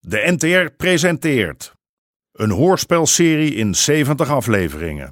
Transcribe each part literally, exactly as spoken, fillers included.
De N T R presenteert een hoorspelserie in zeventig afleveringen.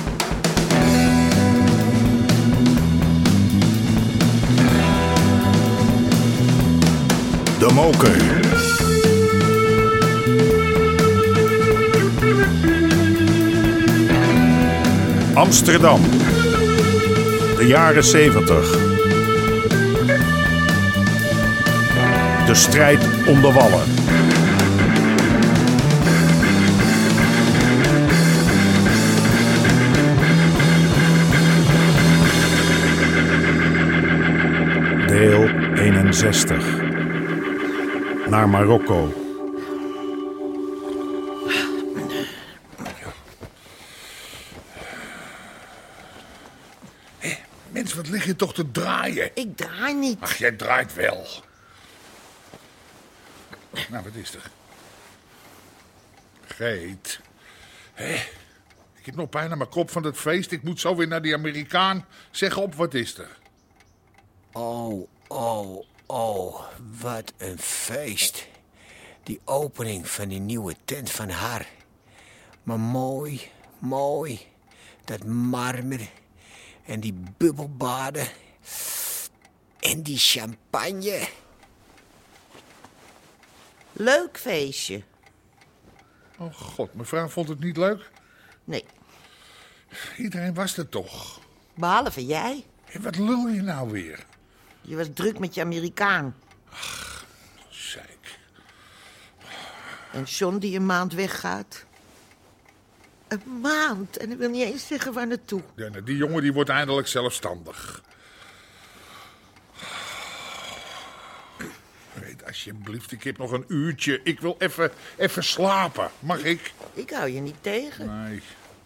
De Moker. Amsterdam. De jaren zeventig. De strijd om de wallen. Deel eenenzestig. Naar Marokko. Hé, mens, wat lig je toch te draaien? Ik draai niet. Ach, jij draait wel. Nou, wat is er? Geet. Hé, ik heb nog pijn aan mijn kop van het feest. Ik moet zo weer naar die Amerikaan. Zeg op, wat is er? Oh, oh, oh, wat een feest. Die opening van die nieuwe tent van haar. Maar mooi, mooi. Dat marmer. En die bubbelbaden. En die champagne. Leuk feestje. Oh god, mevrouw vond het niet leuk? Nee, Iedereen was er toch? behalve jij. Hé, wat lul je nou weer? Je was druk met je Amerikaan. Zeik. En John die een maand weggaat. Een maand. En ik wil niet eens zeggen waar naartoe. Ja, nou, die jongen die wordt eindelijk zelfstandig. Weet, alsjeblieft, ik heb nog een uurtje. Ik wil even, even slapen. Mag ik? Ik hou je niet tegen. Nee.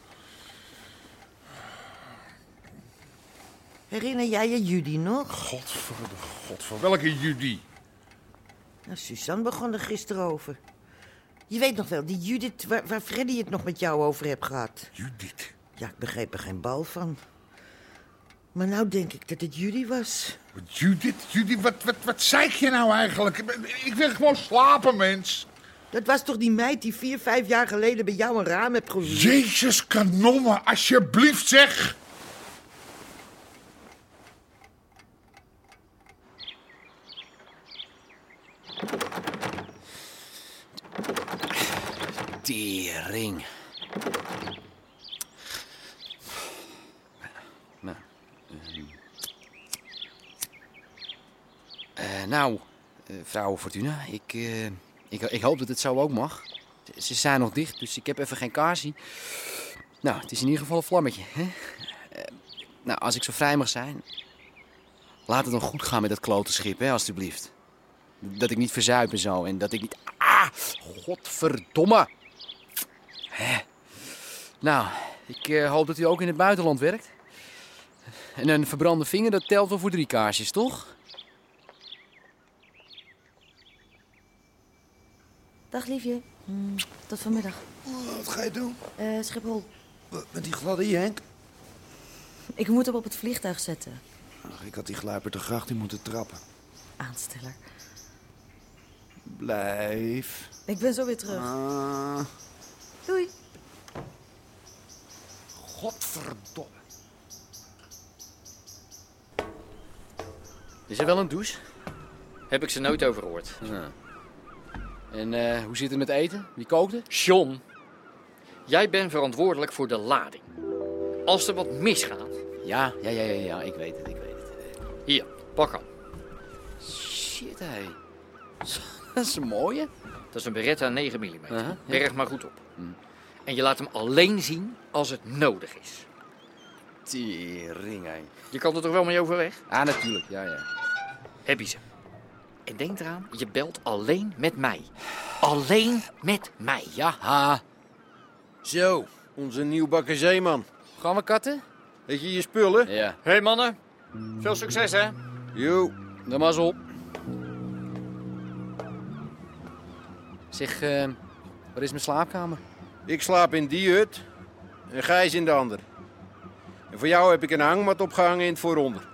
Herinner jij je Judy nog? Godver, godver. Welke Judy? Nou, Suzanne begon er gisteren over. Je weet nog wel, die Judith waar, waar Freddy het nog met jou over heeft gehad. Judith? Ja, ik begreep er geen bal van. Maar nou denk ik dat het Judy was. Wat, Judith? Judith, wat, wat, wat zeik je nou eigenlijk? Ik wil gewoon slapen, mens. Dat was toch die meid die vier, vijf jaar geleden bij jou een raam heeft geloerd? Jezus kanonnen, alsjeblieft zeg. Tering. Nou, uh, uh, nou uh, vrouw Fortuna, ik, uh, ik, ik hoop dat het zo ook mag. Ze zijn nog dicht, dus ik heb even geen kaarsie. Nou, het is in ieder geval een vlammetje. Hè? Uh, nou, als ik zo vrij mag zijn, laat het dan goed gaan met dat klote schip, hè, alstublieft. Dat ik niet verzuip en zo, en dat ik niet... Ah, godverdomme! Hè. Nou, ik uh, hoop dat u ook in het buitenland werkt. En een verbrande vinger, dat telt wel voor drie kaarsjes, toch? Dag liefje, mm, tot vanmiddag. Wat ga je doen? Uh, Schiphol. Wat, met die gladde Jenk? Ik moet hem op het vliegtuig zetten. Ach, ik had die gluiper te graag niet moeten trappen. Aansteller. Blijf. Ik ben zo weer terug. Ah. Doei. Godverdomme. Is er wel een douche? Heb ik ze nooit over gehoord. Ja. En uh, hoe zit het met eten? Wie kookt het? John, jij bent verantwoordelijk voor de lading. Als er wat misgaat... Ja, ja, ja, ja, ja, ik weet het, ik weet het. Hier, pak hem. Shit, hé. Dat is een mooie. Dat is een Beretta negen millimeter. Uh-huh, ja. Berg maar goed op. Hmm. En je laat hem alleen zien als het nodig is. Tering, hé. Je kan er toch wel mee overweg? Ah, natuurlijk, ja, ja. Heb je ze. En denk eraan, je belt alleen met mij. Alleen met mij. Ja, ha. Zo, onze nieuwbakken zeeman. Gaan we katten? Weet je je spullen? Ja. Hé hey mannen, veel succes hè. Jo. Dan maar eens op. Zeg, uh, waar is mijn slaapkamer? Ik slaap in die hut en Gijs in de andere. En voor jou heb ik een hangmat opgehangen in het vooronder.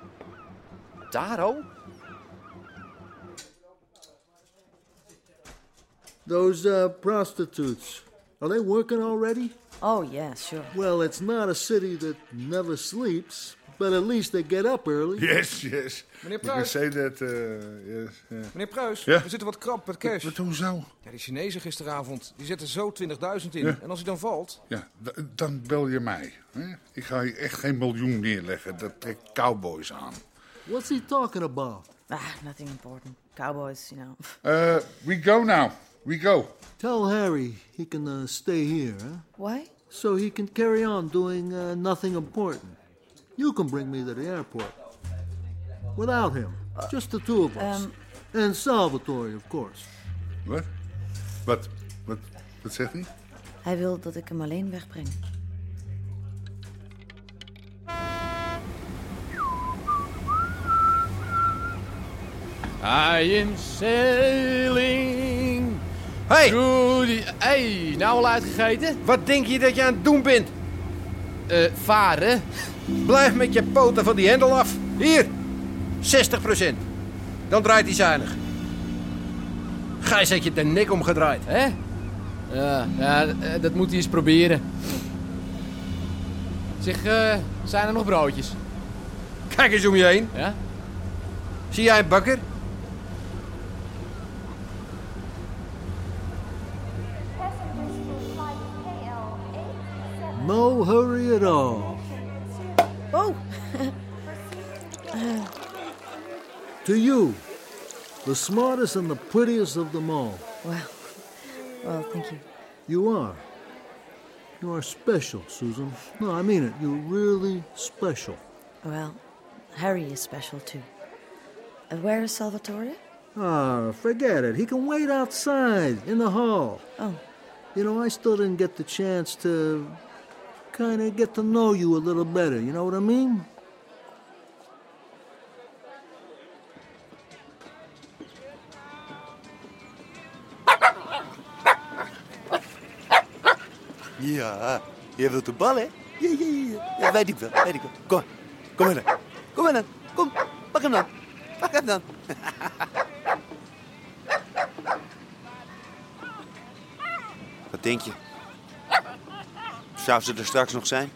Daar, oh? Those uh, prostitutes, are they working already? Oh, yeah, sure. Well, it's not a city that never sleeps, but at least they get up early. Yes, yes. Meneer You can Pruis. say that, uh, yes. Yeah. Meneer Pruis, Ja? we zitten wat krap met cash. Wat, hoezo? Ja, die Chinezen gisteravond, die zetten zo twintigduizend in. Ja. En als hij dan valt... Ja, d- dan bel je mij. Hè? Ik ga hier echt geen miljoen neerleggen. Dat trekt cowboys aan. What's he talking about? Ah, nothing important. Cowboys, you know. Uh, we go now. We go. Tell Harry he can uh, stay here, huh? Why? So he can carry on doing uh, nothing important. You can bring me to the airport. Without him. Just the two of us. Um, And Salvatore, of course. Wat? Wat? Wat? Wat zegt hij? Hij wil dat ik hem alleen wegbreng. I am sailing. Hey, through the... Hey, nou al uitgegeten? wat denk je dat je aan het doen bent? Eh, varen? Blijf met je poten van die hendel af. Hier, zestig procent. Dan draait hij zuinig. Gijs heeft je de nek omgedraaid. Hè? Ja, ja, eh, dat moet hij eens proberen. Zeg, eh, zijn er nog broodjes? Kijk eens om je heen. Ja? Zie jij een bakker? No hurry at all. Oh, To you, the smartest and the prettiest of them all. well, well, thank you. You are. You are special, Susan. No, I mean it. You're really special. Well, Harry is special too. Uh, where is Salvatore? Ah, forget it. He can wait outside in the hall. Oh, You know, I still didn't get the chance to kind of get to know you a little better. You know what I mean? Ja, je wilt de bal, hè? Ja, ja, ja. Ja, weet ik wel, weet ik wel. Kom, kom maar dan. Kom maar dan. Kom, pak hem dan. Pak hem dan. Wat denk je? Zou ze er straks nog zijn?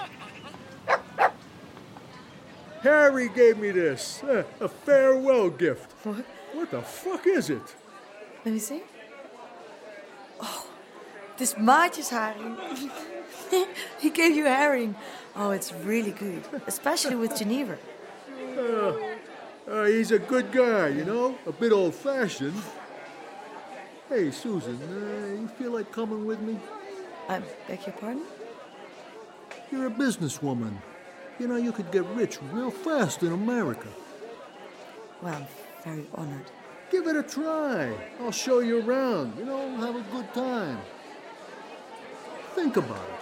Harry gave me this. Uh, a farewell gift. What? What the fuck is it? let me see. Oh, het is Maatjes haring. He gave you herring. Oh, it's really good, especially with Geneva. Uh, uh, he's a good guy, you know? A bit old-fashioned. Hey, Susan, uh, you feel like coming with me? I beg your pardon? You're a businesswoman. You know, you could get rich real fast in America. Well, I'm very honored. Give it a try. I'll show you around. You know, have a good time. Think about it.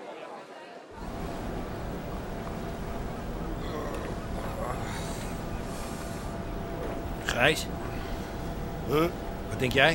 Gijs? Huh? Wat denk jij?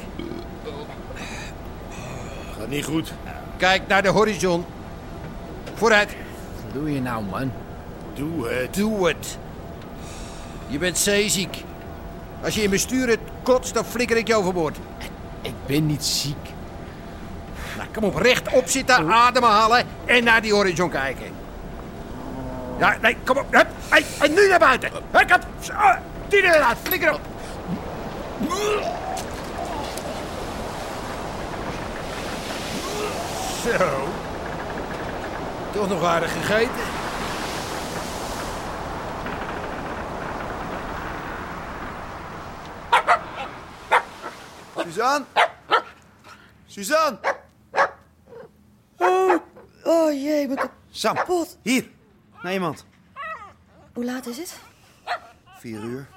Gaat niet goed. Kijk naar de horizon. Vooruit. Wat doe je nou, man? Doe het. Doe het. Je bent zeeziek. Als je in mijn stuur het kotst, dan flikker ik je overboord. Ik ben niet ziek. Nou, kom op, rechtop zitten, ademhalen en naar die horizon kijken. Ja, nee, kom op. Hup, hey, en nu naar buiten. Hup, hup. Zo, die eruit, flikker op. Zo. Toch nog aardig gegeten. Suzanne? Suzanne? Oh, oh jee, ik ben Sam, kapot. hier. Naar iemand. Hoe laat is het? Vier uur.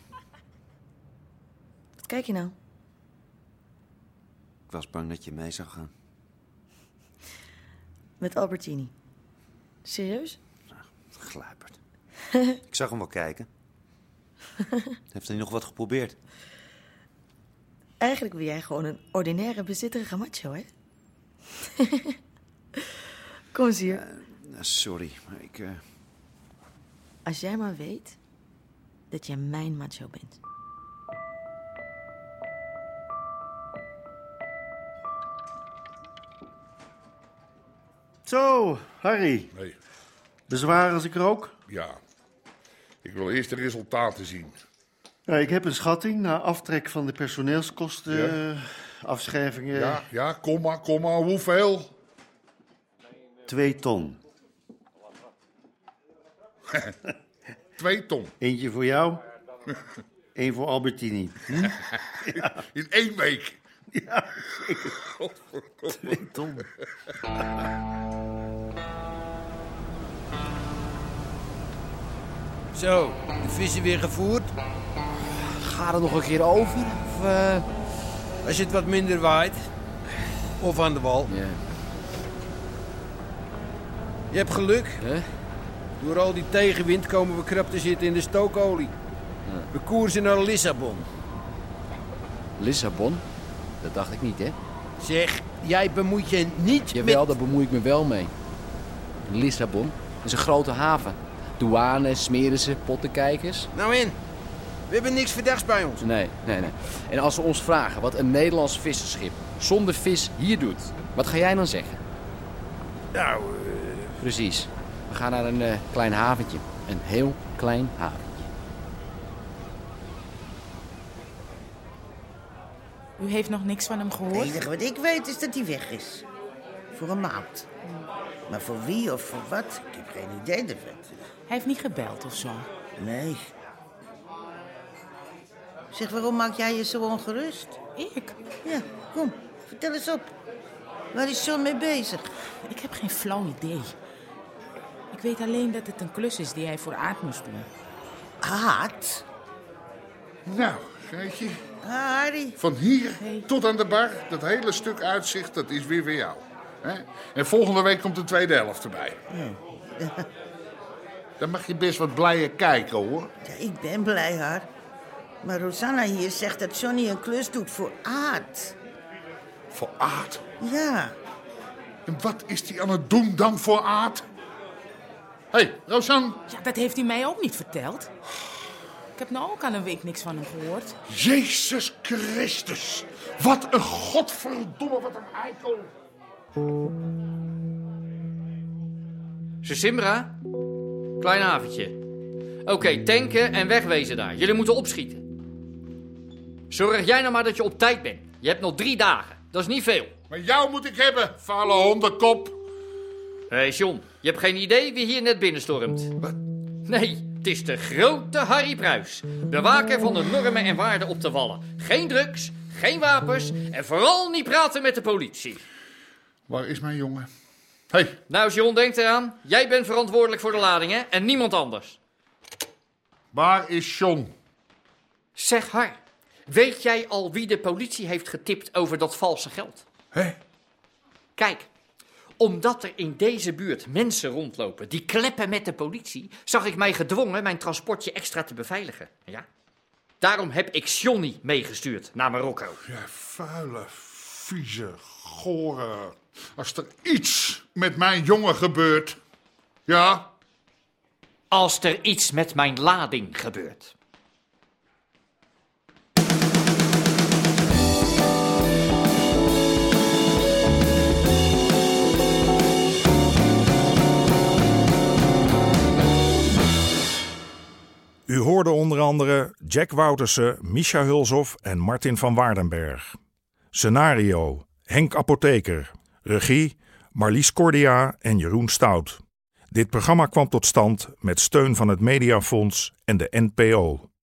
Wat kijk je nou? Ik was bang dat je mee zou gaan. Met Albertini. Serieus? Gluiperd. Ik zag hem wel kijken. Heeft hij nog wat geprobeerd? Eigenlijk ben jij gewoon een ordinaire bezitterige macho, hè? Kom eens hier. Uh, sorry, maar ik... Uh... Als jij maar weet dat jij mijn macho bent. Zo, Harry. Nee. Bezwaar als ik rook? Ja. Ik wil eerst de resultaten zien. Ja, ik heb een schatting na aftrek van de personeelskosten, Ja. uh, afschrijvingen. Ja, ja, kom maar, kom maar. Hoeveel? Twee ton. Twee ton. Eentje voor jou, één voor Albertini. Hm? Ja. In één week. Ja, zeker. Twee ton. Zo, de vissen weer gevoerd? Gaat het nog een keer over? Of, uh... Als het wat minder waait. Of aan de wal. Ja. Je hebt geluk. Huh? Door al die tegenwind komen we krap te zitten in de stookolie. Ja. We koersen naar Lissabon. Lissabon? Dat dacht ik niet, hè? Zeg, jij bemoeit je niet Jawel, met... daar bemoei ik me wel mee. Lissabon is een grote haven. Douane, smeren ze, pottenkijkers. Nou in, we hebben niks verdachts bij ons. Nee, nee, nee. En als ze ons vragen wat een Nederlands visserschip zonder vis hier doet, wat ga jij dan zeggen? Nou, uh... Precies. We gaan naar een uh, klein haventje. Een heel klein haventje. U heeft nog niks van hem gehoord? Het enige wat ik weet is dat hij weg is. Voor een maand. Maar voor wie of voor wat? Ik heb geen idee ervan. Hij heeft niet gebeld of zo? Nee. Zeg, waarom maak jij je zo ongerust? Ik? Ja, kom, vertel eens op. Waar is John mee bezig? Ik heb geen flauw idee. Ik weet alleen dat het een klus is die hij voor Aad moest doen. Aad? Nou, weet je. Ah, Harry. Van hier Hey. tot aan de bar, dat hele stuk uitzicht, dat is weer voor jou. Hè? En volgende week komt de tweede helft erbij. Ja. Dan mag je best wat blijer kijken, hoor. Ja, ik ben blij, haar. Maar Rosanna hier zegt dat Johnny een klus doet voor Aad. Voor Aad? Ja. En wat is die aan het doen dan voor Aad? Hé, hey, Rosanne. Ja, dat heeft hij mij ook niet verteld. Ik heb nou ook al een week niks van hem gehoord. Jezus Christus. Wat een godverdomme, wat een eikel. Simra, klein avondje. Oké, okay, tanken en wegwezen daar. Jullie moeten opschieten. Zorg jij nou maar dat je op tijd bent. Je hebt nog drie dagen. Dat is niet veel. Maar jou moet ik hebben, vuile hondenkop. Hé, hey John, je hebt geen idee wie hier net binnenstormt. Wat? Nee, het is de grote Harry Pruis. Bewaker van de normen en waarden op de wallen. Geen drugs, geen wapens en vooral niet praten met de politie. Waar is mijn jongen? Hé. Hey. Nou, John, denk eraan. Jij bent verantwoordelijk voor de ladingen en niemand anders. Waar is John? Zeg Har, weet jij al wie de politie heeft getipt over dat valse geld? Hé? Kijk, omdat er in deze buurt mensen rondlopen die kleppen met de politie, zag ik mij gedwongen mijn transportje extra te beveiligen. Ja? Daarom heb ik Johnny meegestuurd naar Marokko. Ja, vuile, vieze, gore. Als er iets met mijn jongen gebeurt. Ja? Als er iets met mijn lading gebeurt. U hoorde onder andere Jack Woutersen, Misha Hulshoff en Martin van Waardenberg. Scenario: Henk Apotheker. Regie: Marlies Cordia en Jeroen Stout. Dit programma kwam tot stand met steun van het Mediafonds en de N P O.